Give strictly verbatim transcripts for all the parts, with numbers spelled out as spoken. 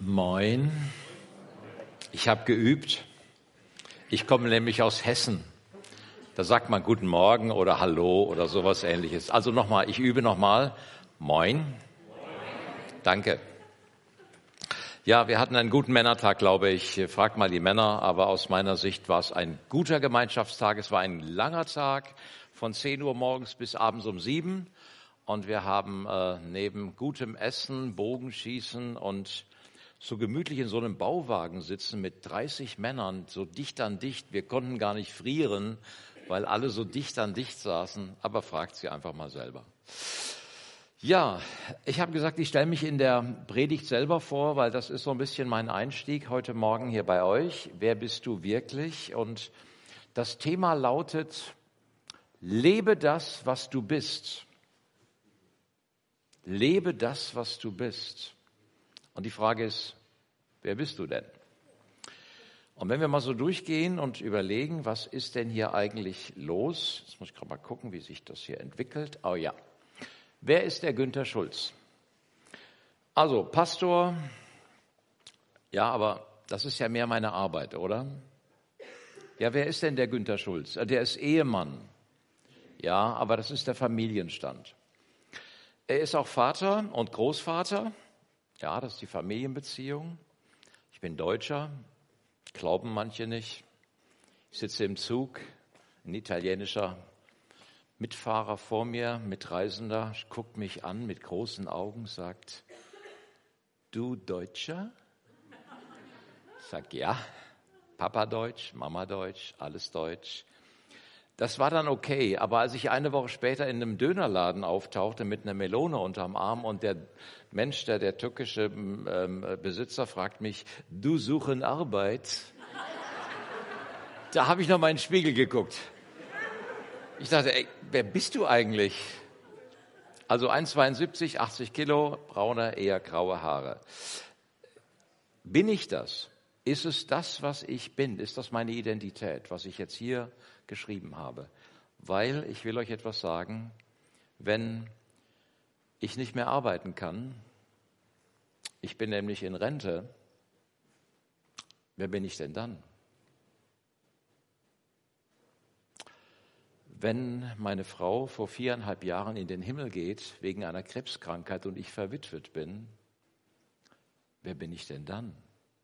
Moin, ich habe geübt. Ich komme nämlich aus Hessen. Da sagt man Guten Morgen oder Hallo oder sowas Ähnliches. Also nochmal, ich übe nochmal. Moin. Danke. Ja, wir hatten einen guten Männertag, glaube ich. Frag mal die Männer, aber aus meiner Sicht war es ein guter Gemeinschaftstag. Es war ein langer Tag von zehn Uhr morgens bis abends um sieben. Und wir haben äh, neben gutem Essen, Bogenschießen und so gemütlich in so einem Bauwagen sitzen mit dreißig Männern, so dicht an dicht. Wir konnten gar nicht frieren, weil alle so dicht an dicht saßen. Aber fragt sie einfach mal selber. Ja, ich habe gesagt, ich stelle mich in der Predigt selber vor, weil das ist so ein bisschen mein Einstieg heute Morgen hier bei euch. Wer bist du wirklich? Und das Thema lautet, lebe das, was du bist. Lebe das, was du bist. Und die Frage ist, wer bist du denn? Und wenn wir mal so durchgehen und überlegen, was ist denn hier eigentlich los? Jetzt muss ich gerade mal gucken, wie sich das hier entwickelt. Oh ja. Wer ist der Günther Schulz? Also Pastor, ja, aber das ist ja mehr meine Arbeit, oder? Ja, wer ist denn der Günther Schulz? Der ist Ehemann. Ja, aber das ist der Familienstand. Er ist auch Vater und Großvater. Ja, das ist die Familienbeziehung. Ich bin Deutscher, glauben manche nicht. Ich sitze im Zug, ein italienischer Mitfahrer vor mir, Mitreisender, guckt mich an mit großen Augen, sagt, du Deutscher? Ich sage, ja, Papa Deutsch, Mama Deutsch, alles Deutsch. Das war dann okay, aber als ich eine Woche später in einem Dönerladen auftauchte mit einer Melone unterm Arm und der Mensch, der, der türkische ähm, Besitzer, fragt mich, du suchen Arbeit? Da habe ich noch mal in den Spiegel geguckt. Ich dachte, ey, wer bist du eigentlich? Also eins Komma zweiundsiebzig, achtzig Kilo, braune, eher graue Haare. Bin ich das? Ist es das, was ich bin? Ist das meine Identität, was ich jetzt hier geschrieben habe? Weil ich will euch etwas sagen, wenn ich nicht mehr arbeiten kann, ich bin nämlich in Rente, wer bin ich denn dann? Wenn meine Frau vor viereinhalb Jahren in den Himmel geht wegen einer Krebskrankheit und ich verwitwet bin, wer bin ich denn dann?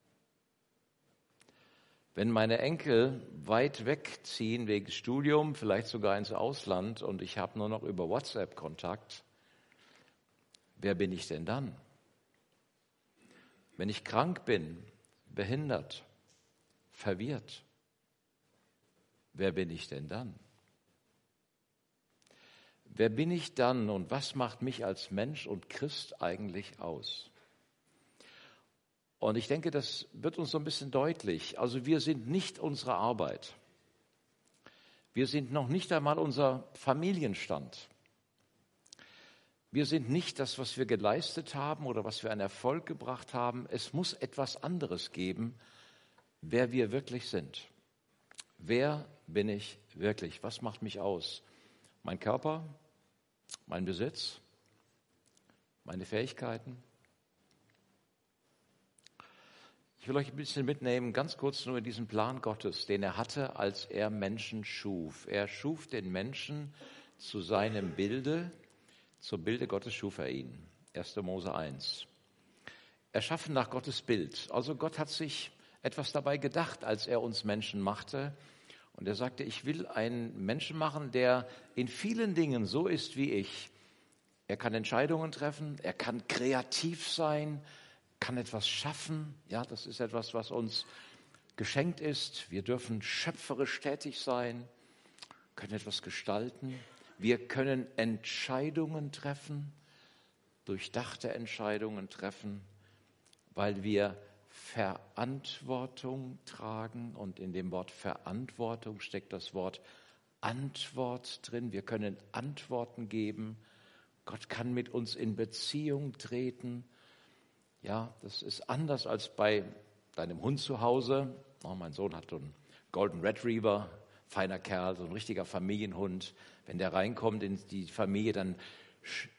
Wenn meine Enkel weit wegziehen wegen Studium, vielleicht sogar ins Ausland und ich habe nur noch über WhatsApp Kontakt, wer bin ich denn dann? Wenn ich krank bin, behindert, verwirrt, wer bin ich denn dann? Wer bin ich dann und was macht mich als Mensch und Christ eigentlich aus? Und ich denke, das wird uns so ein bisschen deutlich. Also wir sind nicht unsere Arbeit. Wir sind noch nicht einmal unser Familienstand. Wir sind nicht das, was wir geleistet haben oder was wir an Erfolg gebracht haben. Es muss etwas anderes geben, wer wir wirklich sind. Wer bin ich wirklich? Was macht mich aus? Mein Körper, mein Besitz, meine Fähigkeiten? Ich will euch ein bisschen mitnehmen, ganz kurz nur in diesen Plan Gottes, den er hatte, als er Menschen schuf. Er schuf den Menschen zu seinem Bilde, zum Bilde Gottes schuf er ihn. erster Mose eins. Erschaffen nach Gottes Bild. Also Gott hat sich etwas dabei gedacht, als er uns Menschen machte. Und er sagte, ich will einen Menschen machen, der in vielen Dingen so ist wie ich. Er kann Entscheidungen treffen, er kann kreativ sein, kann etwas schaffen. Ja, das ist etwas, was uns geschenkt ist. Wir dürfen schöpferisch tätig sein, können etwas gestalten. Wir können Entscheidungen treffen, durchdachte Entscheidungen treffen, weil wir Verantwortung tragen. Und in dem Wort Verantwortung steckt das Wort Antwort drin. Wir können Antworten geben. Gott kann mit uns in Beziehung treten. Ja, das ist anders als bei deinem Hund zu Hause. Oh, mein Sohn hat so einen Golden Retriever, feiner Kerl, so ein richtiger Familienhund. Wenn der reinkommt in die Familie, dann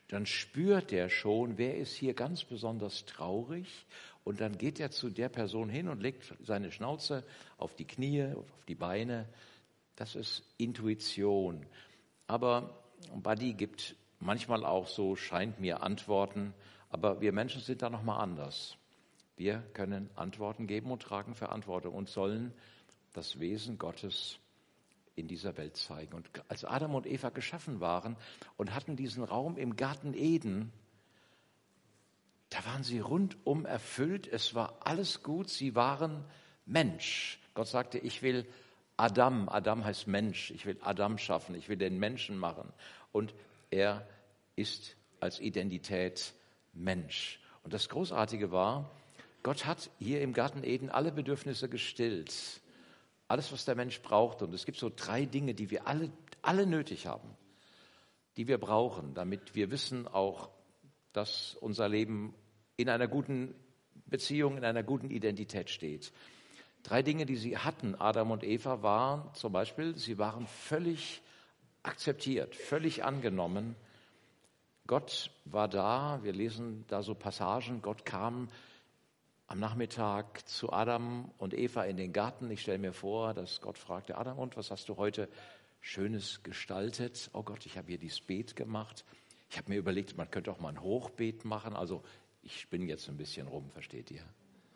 dann spürt er schon, wer ist hier ganz besonders traurig. Und dann geht er zu der Person hin und legt seine Schnauze auf die Knie, auf die Beine. Das ist Intuition. Aber Buddy gibt manchmal auch so, scheint mir, Antworten. Aber wir Menschen sind da nochmal anders. Wir können Antworten geben und tragen Verantwortung und sollen das Wesen Gottes in dieser Welt zeigen. Und als Adam und Eva geschaffen waren und hatten diesen Raum im Garten Eden, da waren sie rundum erfüllt. Es war alles gut. Sie waren Mensch. Gott sagte, ich will Adam, Adam heißt Mensch, ich will Adam schaffen, ich will den Menschen machen. Und er ist als Identität Mensch. Und das Großartige war, Gott hat hier im Garten Eden alle Bedürfnisse gestillt. Alles, was der Mensch braucht. Und es gibt so drei Dinge, die wir alle, alle nötig haben, die wir brauchen, damit wir wissen auch, dass unser Leben in einer guten Beziehung, in einer guten Identität steht. Drei Dinge, die sie hatten, Adam und Eva, waren zum Beispiel, sie waren völlig akzeptiert, völlig angenommen. Gott war da, wir lesen da so Passagen, Gott kam am Nachmittag zu Adam und Eva in den Garten. Ich stelle mir vor, dass Gott fragte, Adam, und was hast du heute Schönes gestaltet? Oh Gott, ich habe hier dieses Beet gemacht. Ich habe mir überlegt, man könnte auch mal ein Hochbeet machen. Also ich spinne jetzt ein bisschen rum, versteht ihr?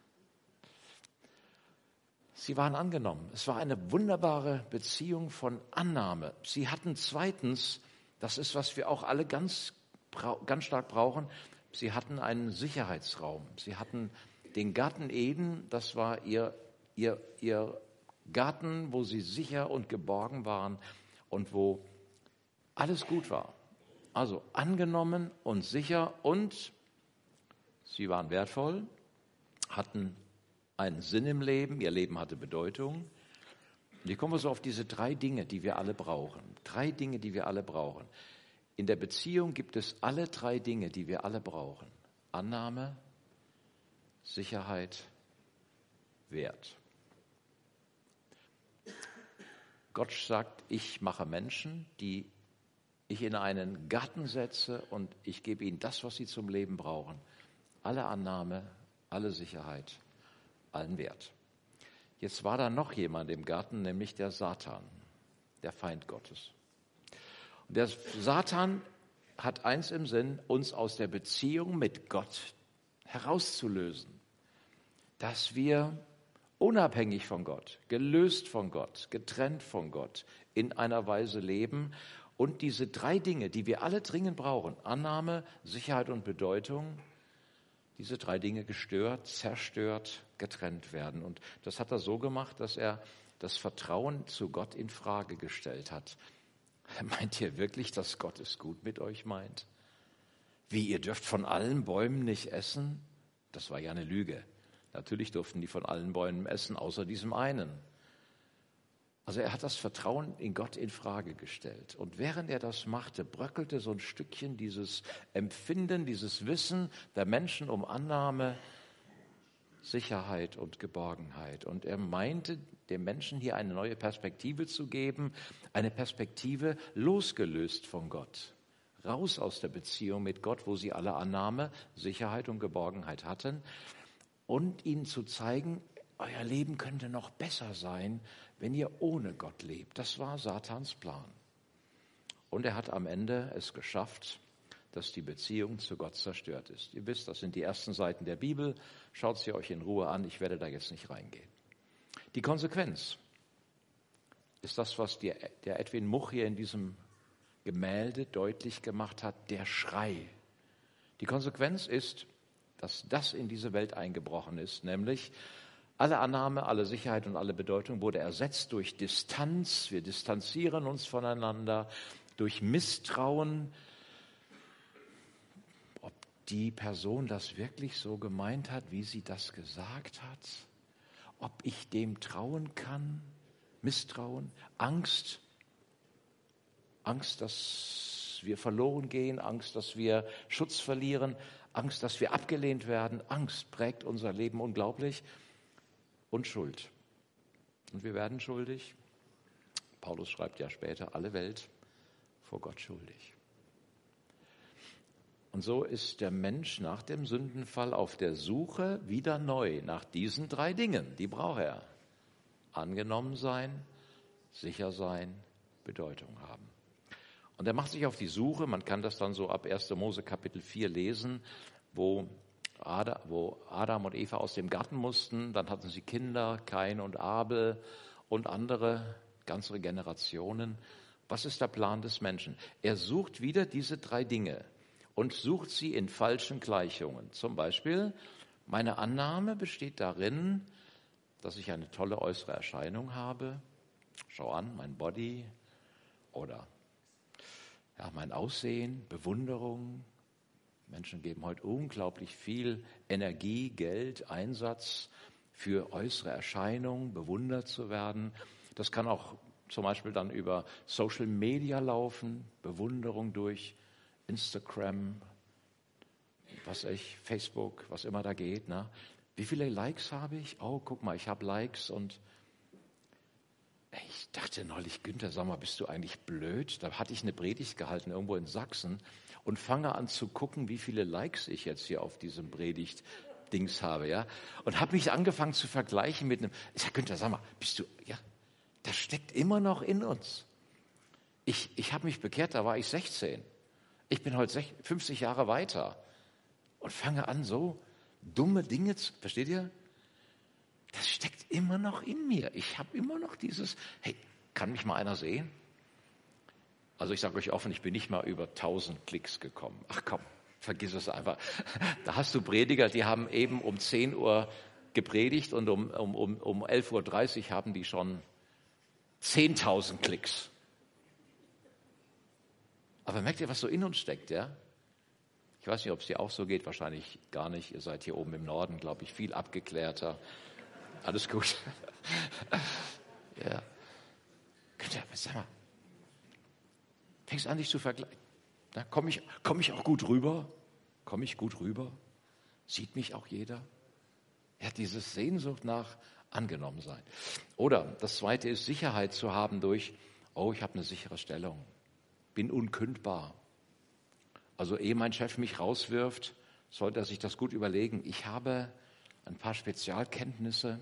Sie waren angenommen. Es war eine wunderbare Beziehung von Annahme. Sie hatten zweitens, das ist, was wir auch alle ganz, ganz stark brauchen, sie hatten einen Sicherheitsraum. Sie hatten den Garten Eden, das war ihr, ihr, ihr Garten, wo sie sicher und geborgen waren und wo alles gut war. Also angenommen und sicher und sie waren wertvoll, hatten einen Sinn im Leben, ihr Leben hatte Bedeutung. Und ich komme so auf diese drei Dinge, die wir alle brauchen. Drei Dinge, die wir alle brauchen. In der Beziehung gibt es alle drei Dinge, die wir alle brauchen. Annahme, Sicherheit, Wert. Gott sagt, ich mache Menschen, die ich in einen Garten setze und ich gebe ihnen das, was sie zum Leben brauchen. Alle Annahme, alle Sicherheit, allen Wert. Jetzt war da noch jemand im Garten, nämlich der Satan, der Feind Gottes. Und der Satan hat eins im Sinn, uns aus der Beziehung mit Gott herauszulösen, dass wir unabhängig von Gott, gelöst von Gott, getrennt von Gott, in einer Weise leben und diese drei Dinge, die wir alle dringend brauchen, Annahme, Sicherheit und Bedeutung, diese drei Dinge gestört, zerstört, getrennt werden. Und das hat er so gemacht, dass er das Vertrauen zu Gott in Frage gestellt hat. Meint ihr wirklich, dass Gott es gut mit euch meint? Wie, ihr dürft von allen Bäumen nicht essen? Das war ja eine Lüge. Natürlich durften die von allen Bäumen essen, außer diesem einen. Also er hat das Vertrauen in Gott in Frage gestellt. Und während er das machte, bröckelte so ein Stückchen dieses Empfinden, dieses Wissen der Menschen um Annahme, Sicherheit und Geborgenheit. Und er meinte, dem Menschen hier eine neue Perspektive zu geben, eine Perspektive losgelöst von Gott, raus aus der Beziehung mit Gott, wo sie alle Annahme, Sicherheit und Geborgenheit hatten, und ihnen zu zeigen, euer Leben könnte noch besser sein, wenn ihr ohne Gott lebt. Das war Satans Plan. Und er hat am Ende es geschafft, dass die Beziehung zu Gott zerstört ist. Ihr wisst, das sind die ersten Seiten der Bibel. Schaut sie euch in Ruhe an. Ich werde da jetzt nicht reingehen. Die Konsequenz ist das, was der, der Edwin Much hier in diesem Gemälde deutlich gemacht hat, der Schrei. Die Konsequenz ist, dass das in diese Welt eingebrochen ist, nämlich alle Annahme, alle Sicherheit und alle Bedeutung wurde ersetzt durch Distanz. Wir distanzieren uns voneinander, durch Misstrauen, ob die Person das wirklich so gemeint hat, wie sie das gesagt hat, ob ich dem trauen kann, Misstrauen, Angst, Angst, dass wir verloren gehen, Angst, dass wir Schutz verlieren, Angst, dass wir abgelehnt werden. Angst prägt unser Leben unglaublich. Und Schuld. Und wir werden schuldig. Paulus schreibt ja später, alle Welt vor Gott schuldig. Und so ist der Mensch nach dem Sündenfall auf der Suche wieder neu nach diesen drei Dingen. Die braucht er. Angenommen sein, sicher sein, Bedeutung haben. Und er macht sich auf die Suche, man kann das dann so ab erster Mose Kapitel vier lesen, wo Adam, wo Adam und Eva aus dem Garten mussten, dann hatten sie Kinder, Kain und Abel und andere, ganze Generationen. Was ist der Plan des Menschen? Er sucht wieder diese drei Dinge und sucht sie in falschen Gleichungen. Zum Beispiel, meine Annahme besteht darin, dass ich eine tolle äußere Erscheinung habe. Schau an, mein Body oder ja, mein Aussehen, Bewunderung. Menschen geben heute unglaublich viel Energie, Geld, Einsatz für äußere Erscheinung, bewundert zu werden. Das kann auch zum Beispiel dann über Social Media laufen, Bewunderung durch Instagram, was ich, Facebook, was immer da geht. Ne? Wie viele Likes habe ich? Oh, guck mal, ich habe Likes und ich dachte neulich, Günther, sag mal, bist du eigentlich blöd? Da hatte ich eine Predigt gehalten irgendwo in Sachsen und fange an zu gucken, wie viele Likes ich jetzt hier auf diesem Predigt-Dings habe, ja? Und habe mich angefangen zu vergleichen mit einem, ich sag, Günther, sag mal, bist du, ja, das steckt immer noch in uns. Ich, ich habe mich bekehrt, da war ich sechzehn. Ich bin heute fünfzig Jahre weiter und fange an, so dumme Dinge zu, versteht ihr? Das steckt immer noch in mir. Ich habe immer noch dieses, hey, kann mich mal einer sehen? Also ich sage euch offen, ich bin nicht mal über tausend Klicks gekommen. Ach komm, vergiss es einfach. Da hast du Prediger, die haben eben um zehn Uhr gepredigt und um, um, um, um elf Uhr dreißig haben die schon zehntausend Klicks. Aber merkt ihr, was so in uns steckt, ja? Ich weiß nicht, ob es dir auch so geht, wahrscheinlich gar nicht. Ihr seid hier oben im Norden, glaube ich, viel abgeklärter. Alles gut. Ja. Sag mal, fängst an, dich zu vergleichen. Komme ich, komm ich auch gut rüber? Komme ich gut rüber? Sieht mich auch jeder? Er hat diese Sehnsucht nach angenommen sein. Oder das Zweite ist, Sicherheit zu haben durch, oh, ich habe eine sichere Stellung, bin unkündbar. Also ehe mein Chef mich rauswirft, sollte er sich das gut überlegen. Ich habe ein paar Spezialkenntnisse.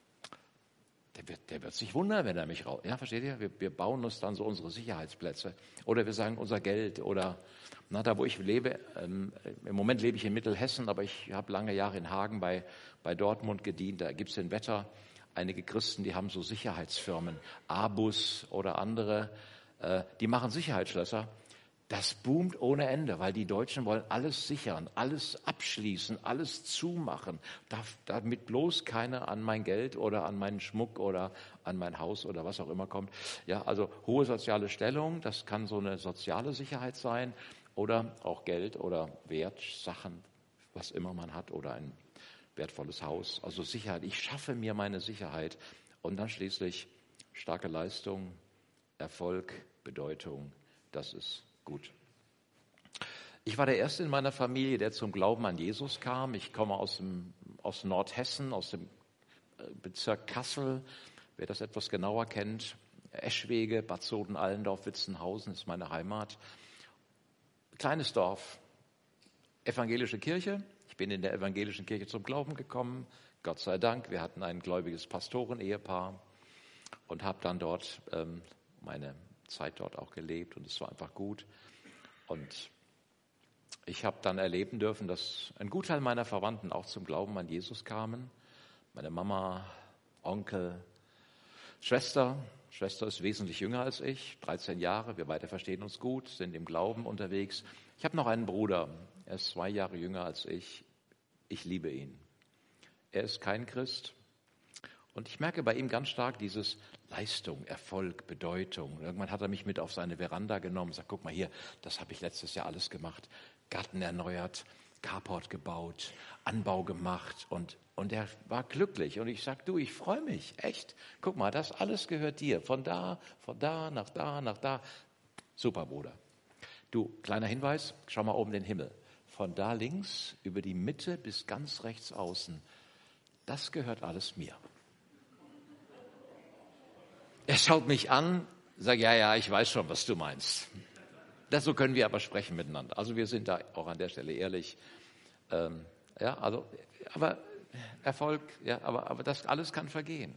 Der wird, der wird sich wundern, wenn er mich raus... Ja, versteht ihr? Wir, wir bauen uns dann so unsere Sicherheitsplätze. Oder wir sagen unser Geld. Oder na, da, wo ich lebe, ähm, im Moment lebe ich in Mittelhessen, aber ich habe lange Jahre in Hagen bei, bei Dortmund gedient. Da gibt es in Wetter einige Christen, die haben so Sicherheitsfirmen, Abus oder andere, äh, die machen Sicherheitsschlösser. Das boomt ohne Ende, weil die Deutschen wollen alles sichern, alles abschließen, alles zumachen, damit bloß keiner an mein Geld oder an meinen Schmuck oder an mein Haus oder was auch immer kommt. Ja, also hohe soziale Stellung, das kann so eine soziale Sicherheit sein oder auch Geld oder Wert, Sachen, was immer man hat oder ein wertvolles Haus. Also Sicherheit, ich schaffe mir meine Sicherheit und dann schließlich starke Leistung, Erfolg, Bedeutung, das ist gut. Ich war der Erste in meiner Familie, der zum Glauben an Jesus kam. Ich komme aus, dem, aus Nordhessen, aus dem Bezirk Kassel. Wer das etwas genauer kennt, Eschwege, Bad Soden-Allendorf, Witzenhausen ist meine Heimat. Kleines Dorf, evangelische Kirche. Ich bin in der evangelischen Kirche zum Glauben gekommen. Gott sei Dank, wir hatten ein gläubiges Pastoren-Ehepaar und habe dann dort ähm, meine Zeit dort auch gelebt und es war einfach gut. Und ich habe dann erleben dürfen, dass ein Gutteil meiner Verwandten auch zum Glauben an Jesus kamen. Meine Mama, Onkel, Schwester. Schwester ist wesentlich jünger als ich, dreizehn Jahre. Wir beide verstehen uns gut, sind im Glauben unterwegs. Ich habe noch einen Bruder, er ist zwei Jahre jünger als ich. Ich liebe ihn. Er ist kein Christ. Und ich merke bei ihm ganz stark dieses Leistung, Erfolg, Bedeutung. Und irgendwann hat er mich mit auf seine Veranda genommen und sagt, guck mal hier, das habe ich letztes Jahr alles gemacht. Garten erneuert, Carport gebaut, Anbau gemacht und, und er war glücklich. Und ich sag, du, ich freue mich, echt. Guck mal, das alles gehört dir. Von da, von da, nach da, nach da. Super, Bruder. Du, kleiner Hinweis, schau mal oben den Himmel. Von da links über die Mitte bis ganz rechts außen. Das gehört alles mir. Er schaut mich an, sagt, ja, ja, ich weiß schon, was du meinst. Das, so können wir aber sprechen miteinander. Also wir sind da auch an der Stelle ehrlich. Ähm, ja, also, aber Erfolg, ja, aber, aber das alles kann vergehen.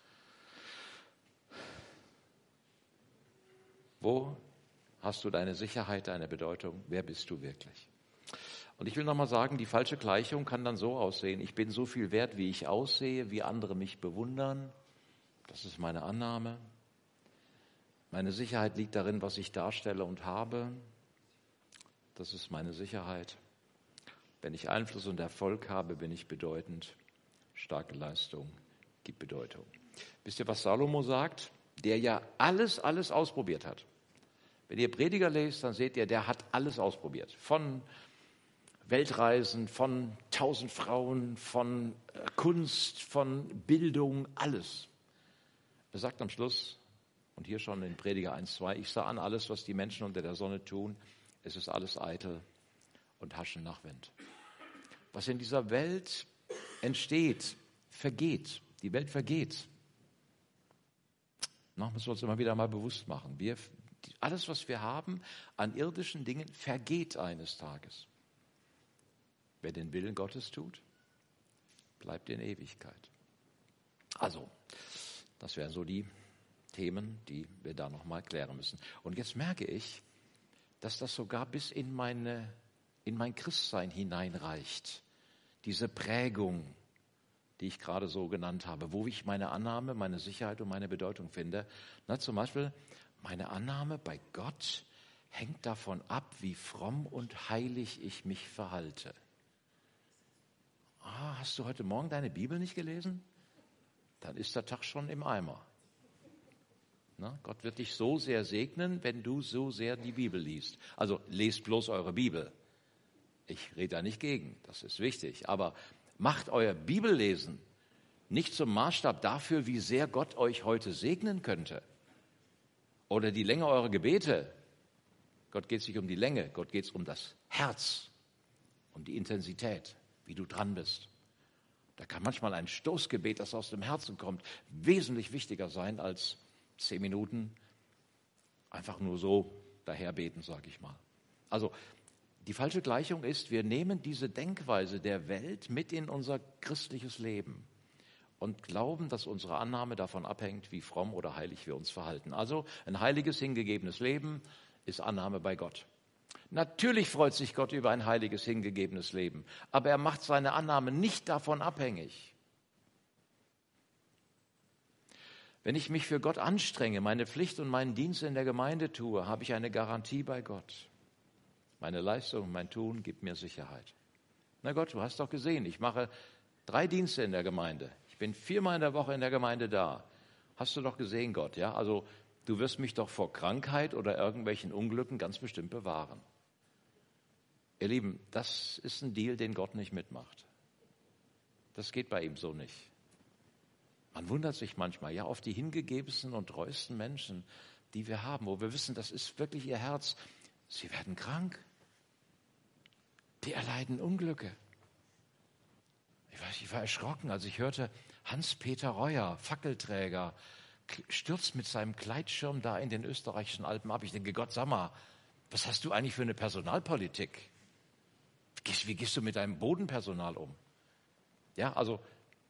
Wo hast du deine Sicherheit, deine Bedeutung? Wer bist du wirklich? Und ich will nochmal sagen, die falsche Gleichung kann dann so aussehen: Ich bin so viel wert, wie ich aussehe, wie andere mich bewundern. Das ist meine Annahme. Meine Sicherheit liegt darin, was ich darstelle und habe. Das ist meine Sicherheit. Wenn ich Einfluss und Erfolg habe, bin ich bedeutend. Starke Leistung gibt Bedeutung. Wisst ihr, was Salomo sagt? Der ja alles, alles ausprobiert hat. Wenn ihr Prediger lest, dann seht ihr, der hat alles ausprobiert. Von Weltreisen, von tausend Frauen, von Kunst, von Bildung, alles. Er sagt am Schluss, und hier schon in Prediger eins, zwei, ich sah an alles, was die Menschen unter der Sonne tun, es ist alles eitel und Haschen nach Wind. Was in dieser Welt entsteht, vergeht. Die Welt vergeht. Na, müssen wir uns immer wieder mal bewusst machen. Wir, alles, was wir haben an irdischen Dingen, vergeht eines Tages. Wer den Willen Gottes tut, bleibt in Ewigkeit. Also, das wären so die Themen, die wir da nochmal klären müssen. Und jetzt merke ich, dass das sogar bis in, meine, in mein Christsein hineinreicht. Diese Prägung, die ich gerade so genannt habe, wo ich meine Annahme, meine Sicherheit und meine Bedeutung finde. Na, zum Beispiel, meine Annahme bei Gott hängt davon ab, wie fromm und heilig ich mich verhalte. Ah, hast du heute Morgen deine Bibel nicht gelesen? Dann ist der Tag schon im Eimer. Na, Gott wird dich so sehr segnen, wenn du so sehr die Bibel liest. Also lest bloß eure Bibel. Ich rede da nicht gegen, das ist wichtig. Aber macht euer Bibellesen nicht zum Maßstab dafür, wie sehr Gott euch heute segnen könnte. Oder die Länge eurer Gebete. Gott geht es nicht um die Länge, Gott geht es um das Herz, um die Intensität, wie du dran bist. Da kann manchmal ein Stoßgebet, das aus dem Herzen kommt, wesentlich wichtiger sein als zehn Minuten einfach nur so daherbeten, sage ich mal. Also die falsche Gleichung ist, wir nehmen diese Denkweise der Welt mit in unser christliches Leben und glauben, dass unsere Annahme davon abhängt, wie fromm oder heilig wir uns verhalten. Also ein heiliges, hingegebenes Leben ist Annahme bei Gott. Natürlich freut sich Gott über ein heiliges, hingegebenes Leben, aber er macht seine Annahme nicht davon abhängig. Wenn ich mich für Gott anstrenge, meine Pflicht und meinen Dienst in der Gemeinde tue, habe ich eine Garantie bei Gott. Meine Leistung und mein Tun gibt mir Sicherheit. Na Gott, du hast doch gesehen, ich mache drei Dienste in der Gemeinde. Ich bin viermal in der Woche in der Gemeinde da. Hast du doch gesehen, Gott, ja? Also du wirst mich doch vor Krankheit oder irgendwelchen Unglücken ganz bestimmt bewahren. Ihr Lieben, das ist ein Deal, den Gott nicht mitmacht. Das geht bei ihm so nicht. Man wundert sich manchmal, ja, auf die hingegebensten und treuesten Menschen, die wir haben, wo wir wissen, das ist wirklich ihr Herz. Sie werden krank. Die erleiden Unglücke. Ich weiß, ich war erschrocken, als ich hörte, Hans-Peter Reuer, Fackelträger, stürzt mit seinem Gleitschirm da in den österreichischen Alpen ab. Ich denke, Gott, sag mal, was hast du eigentlich für eine Personalpolitik? Wie gehst du mit deinem Bodenpersonal um? Ja, also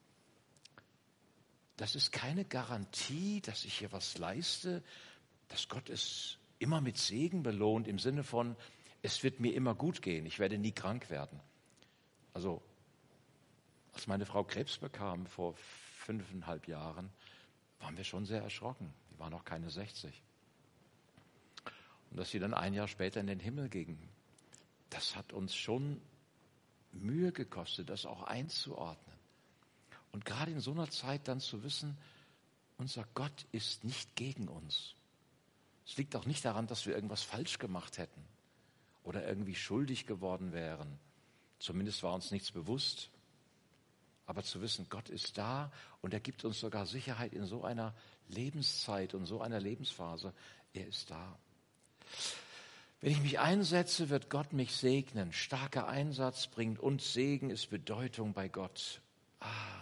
das ist keine Garantie, dass ich hier was leiste, dass Gott es immer mit Segen belohnt, im Sinne von, es wird mir immer gut gehen, ich werde nie krank werden. Also, als meine Frau Krebs bekam vor fünfeinhalb Jahren, waren wir schon sehr erschrocken. Die war noch keine sechzig. Und dass sie dann ein Jahr später in den Himmel ging, das hat uns schon Mühe gekostet, das auch einzuordnen. Und gerade in so einer Zeit dann zu wissen, unser Gott ist nicht gegen uns. Es liegt auch nicht daran, dass wir irgendwas falsch gemacht hätten oder irgendwie schuldig geworden wären. Zumindest war uns nichts bewusst. Aber zu wissen, Gott ist da und er gibt uns sogar Sicherheit in so einer Lebenszeit und so einer Lebensphase. Er ist da. Wenn ich mich einsetze, wird Gott mich segnen. Starker Einsatz bringt uns Segen, ist Bedeutung bei Gott. Ah.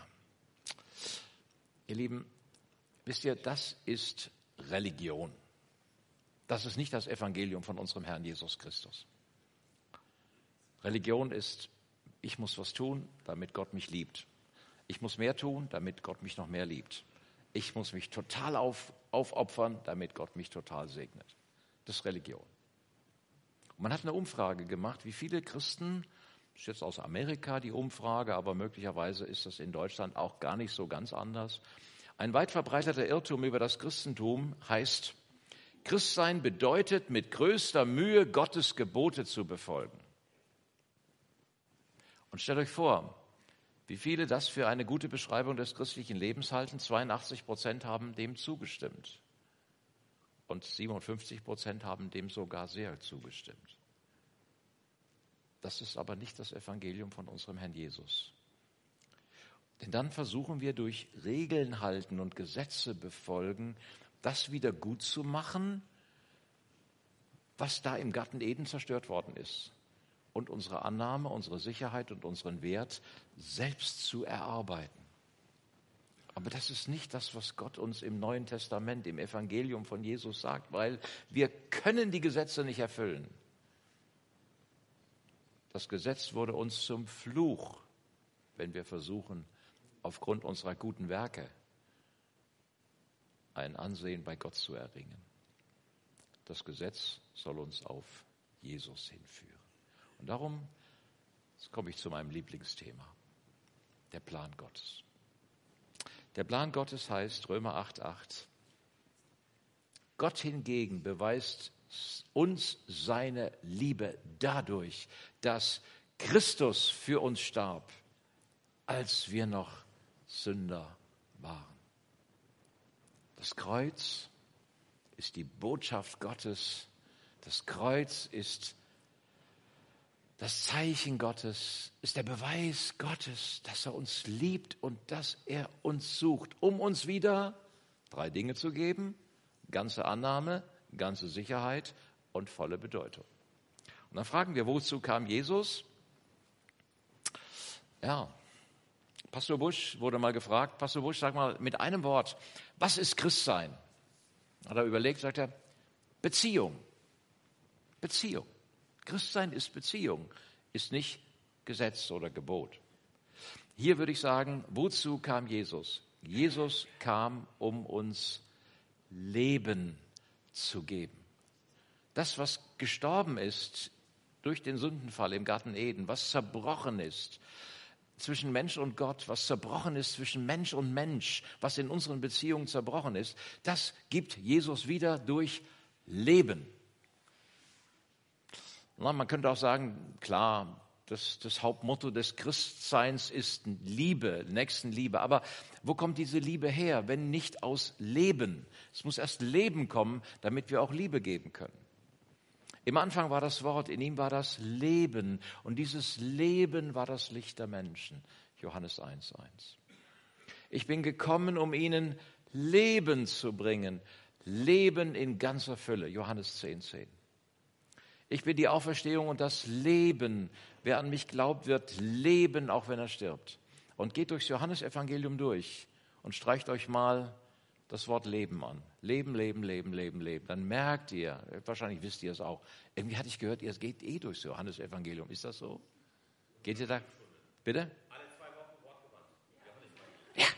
Ihr Lieben, wisst ihr, das ist Religion. Das ist nicht das Evangelium von unserem Herrn Jesus Christus. Religion ist, ich muss was tun, damit Gott mich liebt. Ich muss mehr tun, damit Gott mich noch mehr liebt. Ich muss mich total auf, aufopfern, damit Gott mich total segnet. Das ist Religion. Und man hat eine Umfrage gemacht, wie viele Christen, das ist jetzt aus Amerika die Umfrage, aber möglicherweise ist das in Deutschland auch gar nicht so ganz anders. Ein weit verbreiteter Irrtum über das Christentum heißt, Christsein bedeutet, mit größter Mühe Gottes Gebote zu befolgen. Und stellt euch vor, wie viele das für eine gute Beschreibung des christlichen Lebens halten. zweiundachtzig Prozent haben dem zugestimmt. Und siebenundfünfzig Prozent haben dem sogar sehr zugestimmt. Das ist aber nicht das Evangelium von unserem Herrn Jesus. Denn dann versuchen wir durch Regeln halten und Gesetze befolgen, das wieder gut zu machen, was da im Garten Eden zerstört worden ist. Und unsere Annahme, unsere Sicherheit und unseren Wert selbst zu erarbeiten. Aber das ist nicht das, was Gott uns im Neuen Testament, im Evangelium von Jesus sagt, weil wir können die Gesetze nicht erfüllen. Das Gesetz wurde uns zum Fluch, wenn wir versuchen, aufgrund unserer guten Werke ein Ansehen bei Gott zu erringen. Das Gesetz soll uns auf Jesus hinführen. Und darum, jetzt komme ich zu meinem Lieblingsthema, der Plan Gottes. Der Plan Gottes heißt, Römer acht, acht, Gott hingegen beweist uns seine Liebe dadurch, dass Christus für uns starb, als wir noch Sünder waren. Das Kreuz ist die Botschaft Gottes. Das Kreuz ist das Zeichen Gottes, ist der Beweis Gottes, dass er uns liebt und dass er uns sucht, um uns wieder drei Dinge zu geben: ganze Annahme, ganze Sicherheit und volle Bedeutung. Und dann fragen wir, wozu kam Jesus? Ja, Pastor Busch wurde mal gefragt, Pastor Busch, sag mal mit einem Wort, was ist Christsein? Hat er überlegt, sagt er, Beziehung. Beziehung. Christsein ist Beziehung, ist nicht Gesetz oder Gebot. Hier würde ich sagen, wozu kam Jesus? Jesus kam, um uns Leben zu geben. Das, was gestorben ist durch den Sündenfall im Garten Eden, was zerbrochen ist zwischen Mensch und Gott, was zerbrochen ist zwischen Mensch und Mensch, was in unseren Beziehungen zerbrochen ist, das gibt Jesus wieder durch Leben. Na, man könnte auch sagen, klar, das, das Hauptmotto des Christseins ist Liebe, Nächstenliebe. Aber wo kommt diese Liebe her, wenn nicht aus Leben? Es muss erst Leben kommen, damit wir auch Liebe geben können. Im Anfang war das Wort, in ihm war das Leben. Und dieses Leben war das Licht der Menschen. Johannes eins, eins. Ich bin gekommen, um ihnen Leben zu bringen. Leben in ganzer Fülle. Johannes zehn, zehn. Ich bin die Auferstehung und das Leben. Wer an mich glaubt, wird leben, auch wenn er stirbt. Und geht durchs Johannesevangelium durch und streicht euch mal das Wort Leben an. Leben, Leben, Leben, Leben, Leben. Dann merkt ihr, wahrscheinlich wisst ihr es auch, irgendwie hatte ich gehört, ihr geht eh durchs Johannesevangelium. Ist das so? Geht ihr da? Bitte? Alle zwei Wochen Wortgewandt. Ja.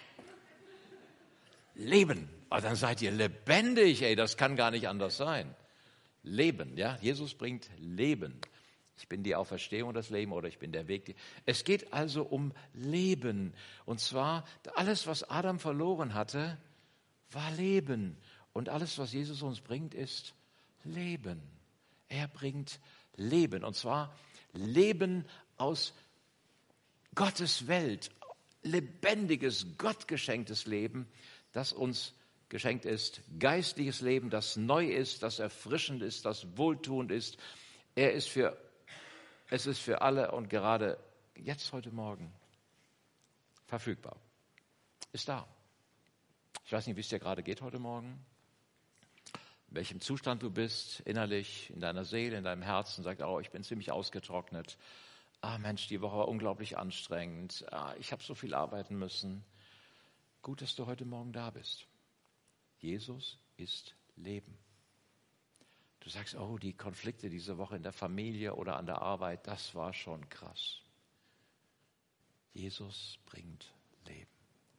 Leben. Oh, dann seid ihr lebendig, ey, das kann gar nicht anders sein. Leben, ja, Jesus bringt Leben. Ich bin die Auferstehung und das Leben oder ich bin der Weg. Es geht also um Leben. Und zwar alles, was Adam verloren hatte, war Leben. Und alles, was Jesus uns bringt, ist Leben. Er bringt Leben. Und zwar Leben aus Gottes Welt. Lebendiges, gottgeschenktes Leben, das uns geschenkt ist, geistliches Leben, das neu ist, das erfrischend ist, das wohltuend ist. Er ist für, es ist für alle und gerade jetzt heute Morgen verfügbar. Ist da. Ich weiß nicht, wie es dir gerade geht heute Morgen, in welchem Zustand du bist, innerlich, in deiner Seele, in deinem Herzen. Sagt, oh, ich bin ziemlich ausgetrocknet. Ah, Mensch, die Woche war unglaublich anstrengend. Ah, ich habe so viel arbeiten müssen. Gut, dass du heute Morgen da bist. Jesus ist Leben. Du sagst, oh, die Konflikte diese Woche in der Familie oder an der Arbeit, das war schon krass. Jesus bringt Leben.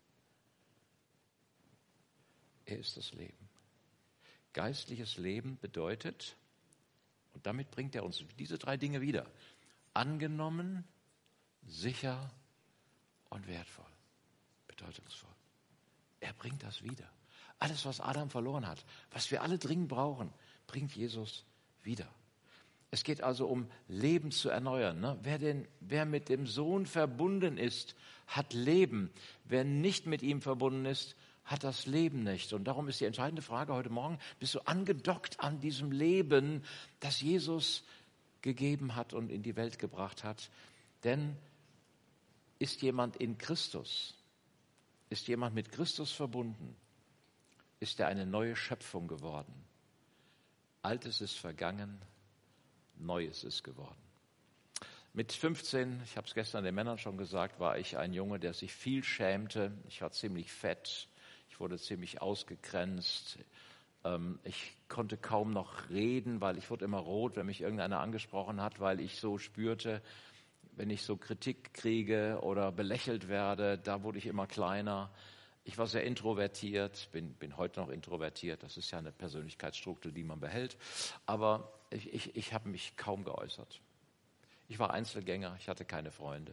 Er ist das Leben. Geistliches Leben bedeutet, und damit bringt er uns diese drei Dinge wieder, angenommen, sicher und wertvoll, bedeutungsvoll. Er bringt das wieder. Alles, was Adam verloren hat, was wir alle dringend brauchen, bringt Jesus wieder. Es geht also um Leben zu erneuern. Ne? Wer, denn, wer mit dem Sohn verbunden ist, hat Leben. Wer nicht mit ihm verbunden ist, hat das Leben nicht. Und darum ist die entscheidende Frage heute Morgen, bist du angedockt an diesem Leben, das Jesus gegeben hat und in die Welt gebracht hat? Denn ist jemand in Christus, ist jemand mit Christus verbunden, ist er eine neue Schöpfung geworden. Altes ist vergangen, Neues ist geworden. Mit fünfzehn, ich habe es gestern den Männern schon gesagt, war ich ein Junge, der sich viel schämte. Ich war ziemlich fett, ich wurde ziemlich ausgegrenzt. Ich konnte kaum noch reden, weil ich wurde immer rot, wenn mich irgendeiner angesprochen hat, weil ich so spürte, wenn ich so Kritik kriege oder belächelt werde, da wurde ich immer kleiner. Ich war sehr introvertiert, bin, bin heute noch introvertiert. Das ist ja eine Persönlichkeitsstruktur, die man behält. Aber ich, ich, ich habe mich kaum geäußert. Ich war Einzelgänger, ich hatte keine Freunde.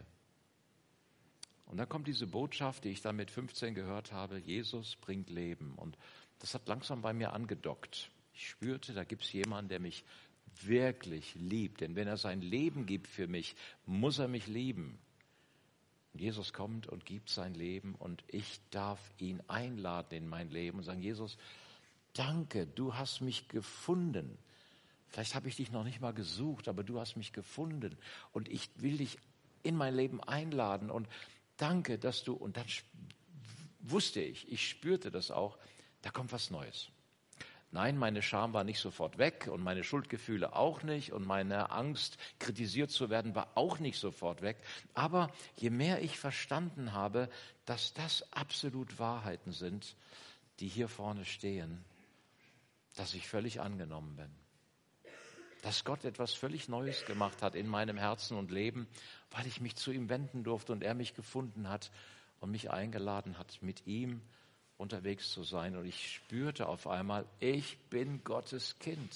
Und dann kommt diese Botschaft, die ich dann mit fünfzehn gehört habe, Jesus bringt Leben. Und das hat langsam bei mir angedockt. Ich spürte, da gibt es jemanden, der mich wirklich liebt. Denn wenn er sein Leben gibt für mich, muss er mich lieben. Jesus kommt und gibt sein Leben und ich darf ihn einladen in mein Leben und sagen, Jesus, danke, du hast mich gefunden. Vielleicht habe ich dich noch nicht mal gesucht, aber du hast mich gefunden und ich will dich in mein Leben einladen und danke, dass du, und dann wusste ich, ich spürte das auch, da kommt was Neues. Nein, meine Scham war nicht sofort weg und meine Schuldgefühle auch nicht und meine Angst, kritisiert zu werden, war auch nicht sofort weg. Aber je mehr ich verstanden habe, dass das absolut Wahrheiten sind, die hier vorne stehen, dass ich völlig angenommen bin. Dass Gott etwas völlig Neues gemacht hat in meinem Herzen und Leben, weil ich mich zu ihm wenden durfte und er mich gefunden hat und mich eingeladen hat, mit ihm unterwegs zu sein. Und ich spürte auf einmal, ich bin Gottes Kind.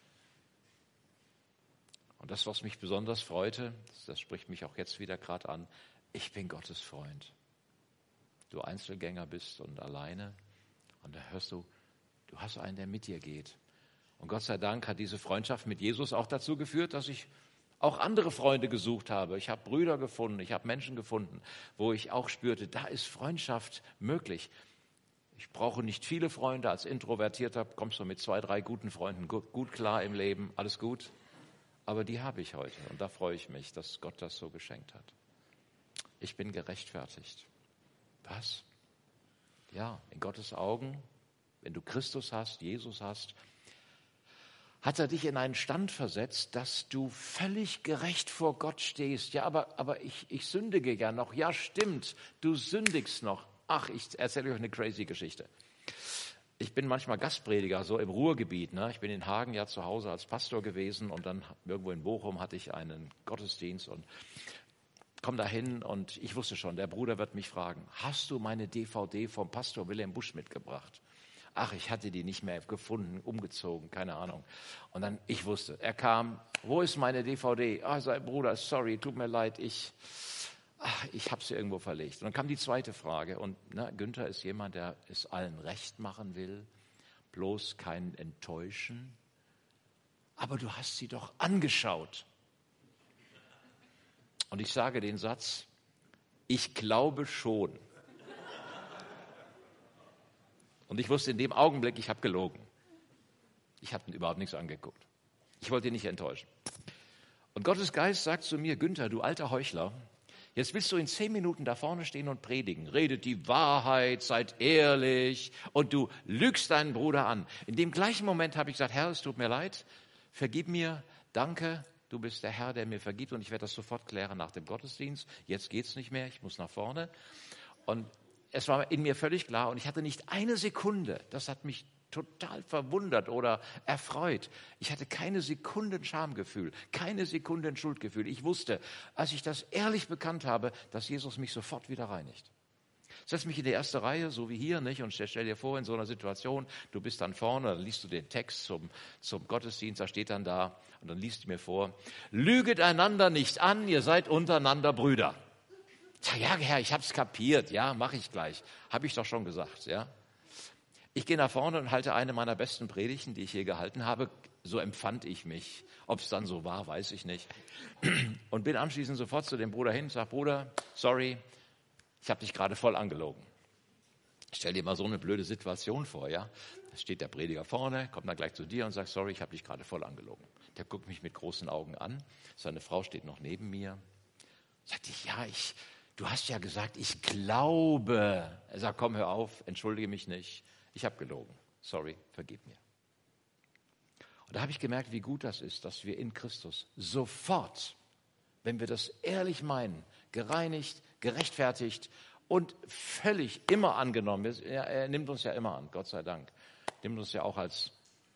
Und das, was mich besonders freute, das spricht mich auch jetzt wieder gerade an, ich bin Gottes Freund. Du Einzelgänger bist und alleine und da hörst du, du hast einen, der mit dir geht. Und Gott sei Dank hat diese Freundschaft mit Jesus auch dazu geführt, dass ich auch andere Freunde gesucht habe. Ich habe Brüder gefunden, ich habe Menschen gefunden, wo ich auch spürte, da ist Freundschaft möglich. Ich brauche nicht viele Freunde. Als Introvertierter kommst du mit zwei, drei guten Freunden gut, gut klar im Leben. Alles gut. Aber die habe ich heute. Und da freue ich mich, dass Gott das so geschenkt hat. Ich bin gerechtfertigt. Was? Ja, in Gottes Augen, wenn du Christus hast, Jesus hast, hat er dich in einen Stand versetzt, dass du völlig gerecht vor Gott stehst. Ja, aber, aber ich, ich sündige ja noch. Ja, stimmt, du sündigst noch. Ach, ich erzähle euch eine crazy Geschichte. Ich bin manchmal Gastprediger, so im Ruhrgebiet. Ne? Ich bin in Hagen ja zu Hause als Pastor gewesen und dann irgendwo in Bochum hatte ich einen Gottesdienst und komme da hin und ich wusste schon, der Bruder wird mich fragen, hast du meine D V D vom Pastor Wilhelm Busch mitgebracht? Ach, ich hatte die nicht mehr gefunden, umgezogen, keine Ahnung. Und dann, ich wusste, er kam, wo ist meine D V D? Ah, sein Bruder, sorry, tut mir leid, ich... Ach, ich habe sie irgendwo verlegt. Und dann kam die zweite Frage. Und na, Günther ist jemand, der es allen recht machen will, bloß keinen enttäuschen. Aber du hast sie doch angeschaut. Und ich sage den Satz, ich glaube schon. Und ich wusste in dem Augenblick, ich habe gelogen. Ich habe überhaupt nichts angeguckt. Ich wollte ihn nicht enttäuschen. Und Gottes Geist sagt zu mir, Günther, du alter Heuchler, jetzt willst du in zehn Minuten da vorne stehen und predigen. Redet die Wahrheit, seid ehrlich und du lügst deinen Bruder an. In dem gleichen Moment habe ich gesagt, Herr, es tut mir leid, vergib mir, danke, du bist der Herr, der mir vergibt und ich werde das sofort klären nach dem Gottesdienst. Jetzt geht's nicht mehr, ich muss nach vorne. Und es war in mir völlig klar und ich hatte nicht eine Sekunde, das hat mich total verwundert oder erfreut. Ich hatte keine Sekunde Schamgefühl, keine Sekunde Schuldgefühl. Ich wusste, als ich das ehrlich bekannt habe, dass Jesus mich sofort wieder reinigt. Setz mich in die erste Reihe, so wie hier, nicht? Und stell, stell dir vor, in so einer Situation, du bist dann vorne, dann liest du den Text zum, zum Gottesdienst, da steht dann da, und dann liest du mir vor, lüget einander nicht an, ihr seid untereinander Brüder. Tja, ja, Herr, ich hab's kapiert, ja, mache ich gleich. Habe ich doch schon gesagt, ja. Ich gehe nach vorne und halte eine meiner besten Predigten, die ich je gehalten habe. So empfand ich mich. Ob es dann so war, weiß ich nicht. Und bin anschließend sofort zu dem Bruder hin und sage, Bruder, sorry, ich habe dich gerade voll angelogen. Stell dir mal so eine blöde Situation vor, ja. Da steht der Prediger vorne, kommt dann gleich zu dir und sagt, sorry, ich habe dich gerade voll angelogen. Der guckt mich mit großen Augen an. Seine Frau steht noch neben mir. Sagt ich, ja, ich, du hast ja gesagt, ich glaube. Er sagt, komm, hör auf, entschuldige mich nicht. Ich habe gelogen. Sorry, vergib mir. Und da habe ich gemerkt, wie gut das ist, dass wir in Christus sofort, wenn wir das ehrlich meinen, gereinigt, gerechtfertigt und völlig immer angenommen, er, er nimmt uns ja immer an, Gott sei Dank, nimmt uns ja auch als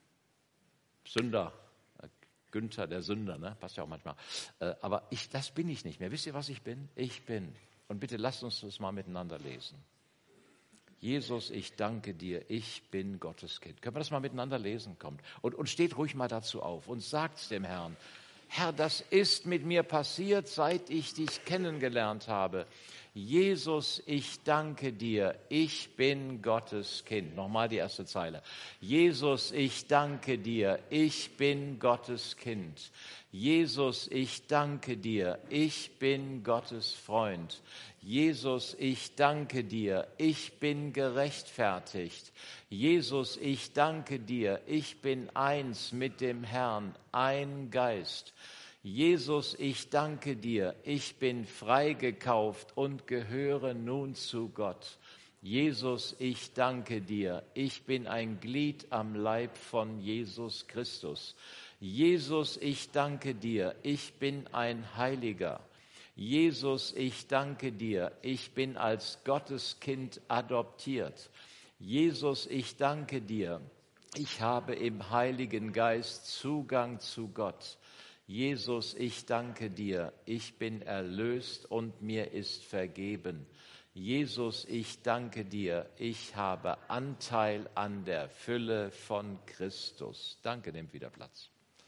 Sünder, Günther der Sünder, ne? Passt ja auch manchmal. Aber ich, das bin ich nicht mehr. Wisst ihr, was ich bin? Ich bin. Und bitte lasst uns das mal miteinander lesen. Jesus, ich danke dir, ich bin Gottes Kind. Können wir das mal miteinander lesen? Kommt. Und, und steht ruhig mal dazu auf und sagt dem Herrn, Herr, das ist mit mir passiert, seit ich dich kennengelernt habe. Jesus, ich danke dir, ich bin Gottes Kind. Nochmal die erste Zeile. Jesus, ich danke dir, ich bin Gottes Kind. Jesus, ich danke dir, ich bin Gottes Freund. Jesus, ich danke dir, ich bin gerechtfertigt. Jesus, ich danke dir, ich bin eins mit dem Herrn, ein Geist. Jesus, ich danke dir, ich bin freigekauft und gehöre nun zu Gott. Jesus, ich danke dir, ich bin ein Glied am Leib von Jesus Christus. Jesus, ich danke dir, ich bin ein Heiliger. Jesus, ich danke dir, ich bin als Gotteskind adoptiert. Jesus, ich danke dir, ich habe im Heiligen Geist Zugang zu Gott. Jesus, ich danke dir, ich bin erlöst und mir ist vergeben. Jesus, ich danke dir, ich habe Anteil an der Fülle von Christus. Danke, nehmt wieder Platz.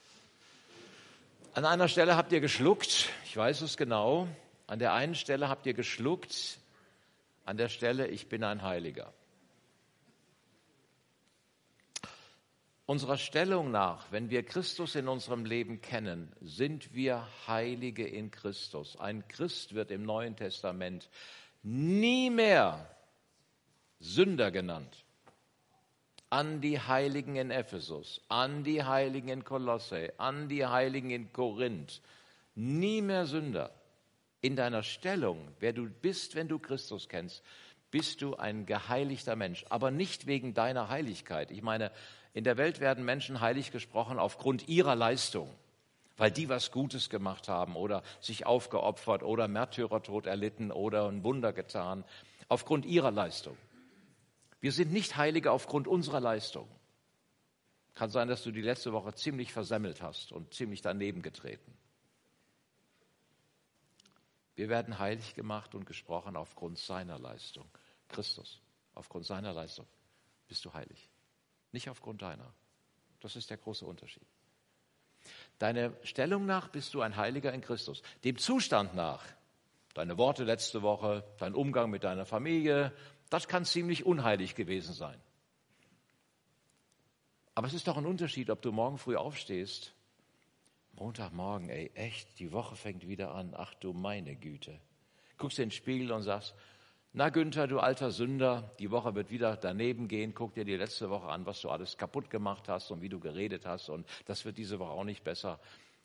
An einer Stelle habt ihr geschluckt, ich weiß es genau, an der einen Stelle habt ihr geschluckt, an der Stelle, ich bin ein Heiliger. Unserer Stellung nach, wenn wir Christus in unserem Leben kennen, sind wir Heilige in Christus. Ein Christ wird im Neuen Testament nie mehr Sünder genannt. An die Heiligen in Ephesus, an die Heiligen in Kolosse, an die Heiligen in Korinth. Nie mehr Sünder. In deiner Stellung, wer du bist, wenn du Christus kennst, bist du ein geheiligter Mensch. Aber nicht wegen deiner Heiligkeit. Ich meine, in der Welt werden Menschen heilig gesprochen aufgrund ihrer Leistung, weil die was Gutes gemacht haben oder sich aufgeopfert oder Märtyrertod erlitten oder ein Wunder getan, aufgrund ihrer Leistung. Wir sind nicht Heilige aufgrund unserer Leistung. Kann sein, dass du die letzte Woche ziemlich versemmelt hast und ziemlich daneben getreten. Wir werden heilig gemacht und gesprochen aufgrund seiner Leistung. Christus, aufgrund seiner Leistung bist du heilig. Nicht aufgrund deiner. Das ist der große Unterschied. Deine Stellung nach bist du ein Heiliger in Christus. Dem Zustand nach, deine Worte letzte Woche, dein Umgang mit deiner Familie, das kann ziemlich unheilig gewesen sein. Aber es ist doch ein Unterschied, ob du morgen früh aufstehst, Montagmorgen, ey, echt, die Woche fängt wieder an, ach du meine Güte. Guckst in den Spiegel und sagst, na Günther, du alter Sünder, die Woche wird wieder daneben gehen, guck dir die letzte Woche an, was du alles kaputt gemacht hast und wie du geredet hast und das wird diese Woche auch nicht besser.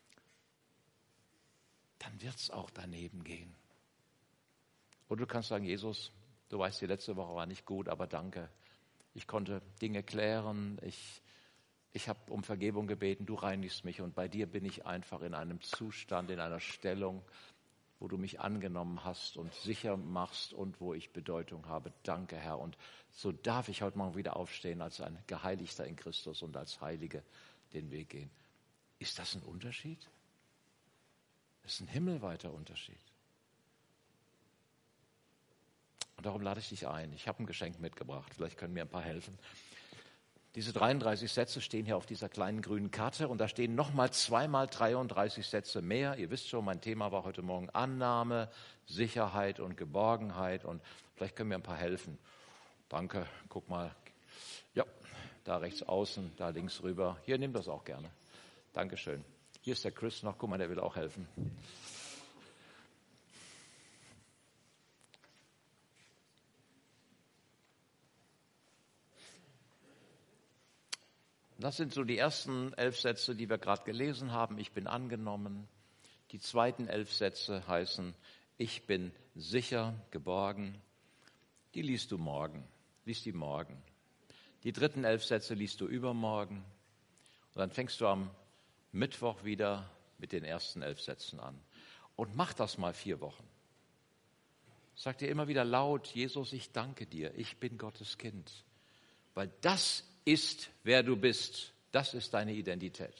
Dann wird es auch daneben gehen. Und du kannst sagen, Jesus, du weißt, die letzte Woche war nicht gut, aber danke. Ich konnte Dinge klären, ich, ich habe um Vergebung gebeten, du reinigst mich und bei dir bin ich einfach in einem Zustand, in einer Stellung, wo du mich angenommen hast und sicher machst und wo ich Bedeutung habe. Danke, Herr. Und so darf ich heute Morgen wieder aufstehen als ein Geheiligter in Christus und als Heilige den Weg gehen. Ist das ein Unterschied? Das ist ein himmelweiter Unterschied. Und darum lade ich dich ein. Ich habe ein Geschenk mitgebracht. Vielleicht können mir ein paar helfen. Diese dreiunddreißig Sätze stehen hier auf dieser kleinen grünen Karte und da stehen nochmal zweimal dreiunddreißig Sätze mehr. Ihr wisst schon, mein Thema war heute Morgen Annahme, Sicherheit und Geborgenheit und vielleicht können mir ein paar helfen. Danke, guck mal. Ja, da rechts außen, da links rüber. Hier, nimm das auch gerne. Dankeschön. Hier ist der Chris noch, guck mal, der will auch helfen. Das sind so die ersten elf Sätze, die wir gerade gelesen haben. Ich bin angenommen. Die zweiten elf Sätze heißen, ich bin sicher, geborgen. Die liest du morgen. Lies die morgen. Die dritten elf Sätze liest du übermorgen. Und dann fängst du am Mittwoch wieder mit den ersten elf Sätzen an. Und mach das mal vier Wochen. Sag dir immer wieder laut, Jesus, ich danke dir. Ich bin Gottes Kind. Weil das ist, wer du bist. Das ist deine Identität.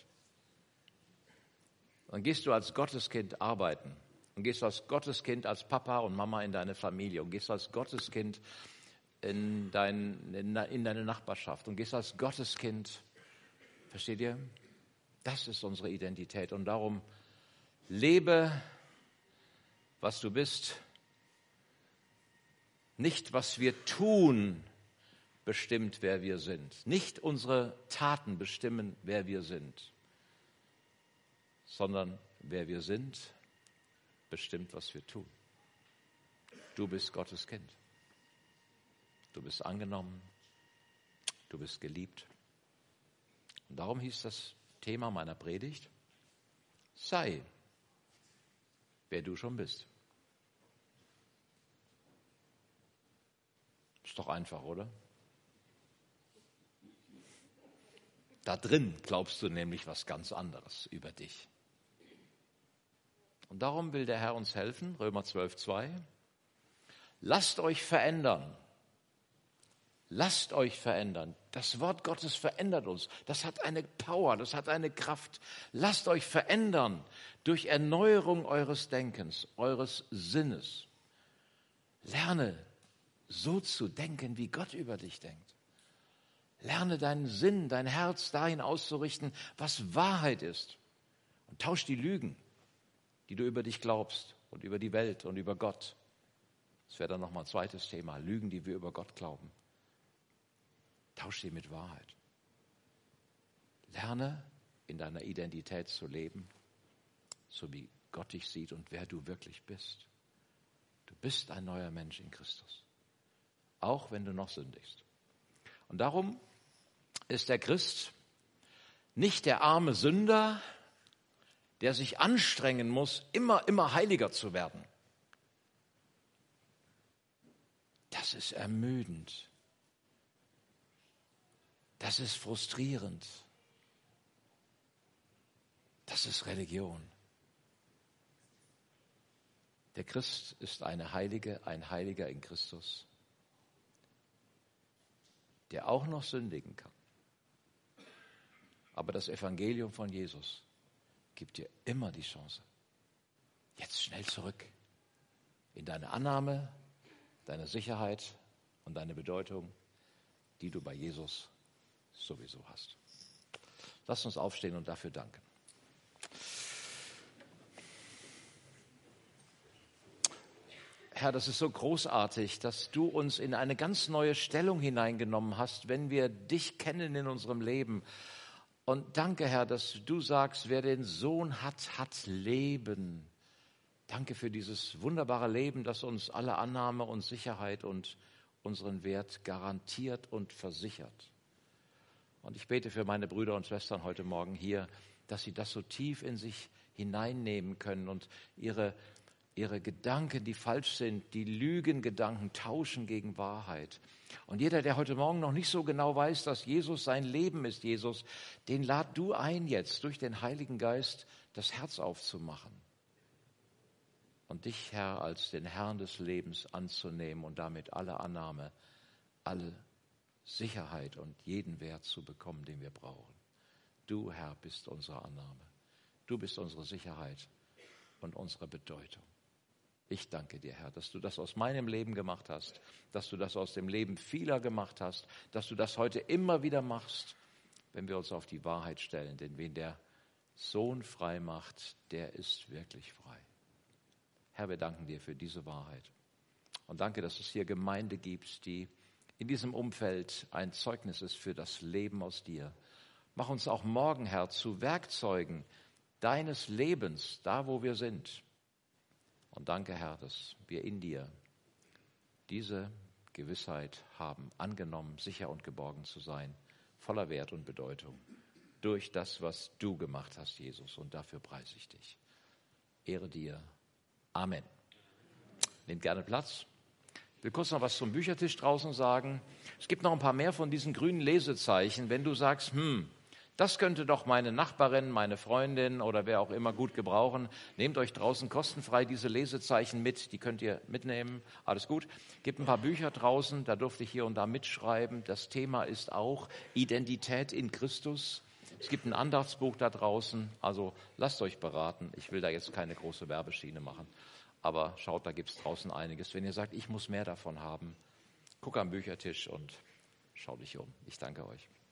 Dann gehst du als Gotteskind arbeiten und gehst als Gotteskind als Papa und Mama in deine Familie und gehst als Gotteskind in, dein, in, in deine Nachbarschaft und gehst als Gotteskind. Versteht ihr? Das ist unsere Identität und darum lebe, was du bist, nicht was wir tun, bestimmt, wer wir sind. Nicht unsere Taten bestimmen, wer wir sind, sondern wer wir sind, bestimmt, was wir tun. Du bist Gottes Kind. Du bist angenommen. Du bist geliebt. Und darum hieß das Thema meiner Predigt, sei, wer du schon bist. Ist doch einfach, oder? Da drin glaubst du nämlich was ganz anderes über dich. Und darum will der Herr uns helfen, Römer zwölf, zwei. Lasst euch verändern. Lasst euch verändern. Das Wort Gottes verändert uns. Das hat eine Power, das hat eine Kraft. Lasst euch verändern durch Erneuerung eures Denkens, eures Sinnes. Lerne so zu denken, wie Gott über dich denkt. Lerne deinen Sinn, dein Herz dahin auszurichten, was Wahrheit ist. Und tausch die Lügen, die du über dich glaubst und über die Welt und über Gott. Das wäre dann nochmal ein zweites Thema. Lügen, die wir über Gott glauben. Tausch sie mit Wahrheit. Lerne, in deiner Identität zu leben, so wie Gott dich sieht und wer du wirklich bist. Du bist ein neuer Mensch in Christus. Auch wenn du noch sündigst. Und darum ist der Christ nicht der arme Sünder, der sich anstrengen muss, immer, immer heiliger zu werden. Das ist ermüdend. Das ist frustrierend. Das ist Religion. Der Christ ist eine Heilige, ein Heiliger in Christus, der auch noch sündigen kann. Aber das Evangelium von Jesus gibt dir immer die Chance. Jetzt schnell zurück in deine Annahme, deine Sicherheit und deine Bedeutung, die du bei Jesus sowieso hast. Lass uns aufstehen und dafür danken. Herr, das ist so großartig, dass du uns in eine ganz neue Stellung hineingenommen hast, wenn wir dich kennen in unserem Leben. Und danke, Herr, dass du sagst, wer den Sohn hat, hat Leben. Danke für dieses wunderbare Leben, das uns alle Annahme und Sicherheit und unseren Wert garantiert und versichert. Und ich bete für meine Brüder und Schwestern heute Morgen hier, dass sie das so tief in sich hineinnehmen können und ihre ihre Gedanken, die falsch sind, die Lügengedanken tauschen gegen Wahrheit. Und jeder, der heute Morgen noch nicht so genau weiß, dass Jesus sein Leben ist, Jesus, den lad du ein jetzt, durch den Heiligen Geist das Herz aufzumachen. und dich, Herr, als den Herrn des Lebens anzunehmen und damit alle Annahme, alle Sicherheit und jeden Wert zu bekommen, den wir brauchen. Du, Herr, bist unsere Annahme. Du bist unsere Sicherheit und unsere Bedeutung. Ich danke dir, Herr, dass du das aus meinem Leben gemacht hast, dass du das aus dem Leben vieler gemacht hast, dass du das heute immer wieder machst, wenn wir uns auf die Wahrheit stellen. Denn wen der Sohn frei macht, der ist wirklich frei. Herr, wir danken dir für diese Wahrheit. Und danke, dass es hier Gemeinde gibt, die in diesem Umfeld ein Zeugnis ist für das Leben aus dir. Mach uns auch morgen, Herr, zu Werkzeugen deines Lebens, da wo wir sind. Und danke, Herr, dass wir in dir diese Gewissheit haben, angenommen, sicher und geborgen zu sein, voller Wert und Bedeutung, durch das, was du gemacht hast, Jesus. Und dafür preise ich dich. Ehre dir. Amen. Nehmt gerne Platz. Ich will kurz noch was zum Büchertisch draußen sagen. Es gibt noch ein paar mehr von diesen grünen Lesezeichen. Wenn du sagst, hm, das könnte doch meine Nachbarin, meine Freundin oder wer auch immer gut gebrauchen, nehmt euch draußen kostenfrei diese Lesezeichen mit. Die könnt ihr mitnehmen. Alles gut. Es gibt ein paar Bücher draußen, da durfte ich hier und da mitschreiben. Das Thema ist auch Identität in Christus. Es gibt ein Andachtsbuch da draußen. Also lasst euch beraten. Ich will da jetzt keine große Werbeschiene machen. Aber schaut, da gibt es draußen einiges. Wenn ihr sagt, ich muss mehr davon haben, guck am Büchertisch und schau dich um. Ich danke euch.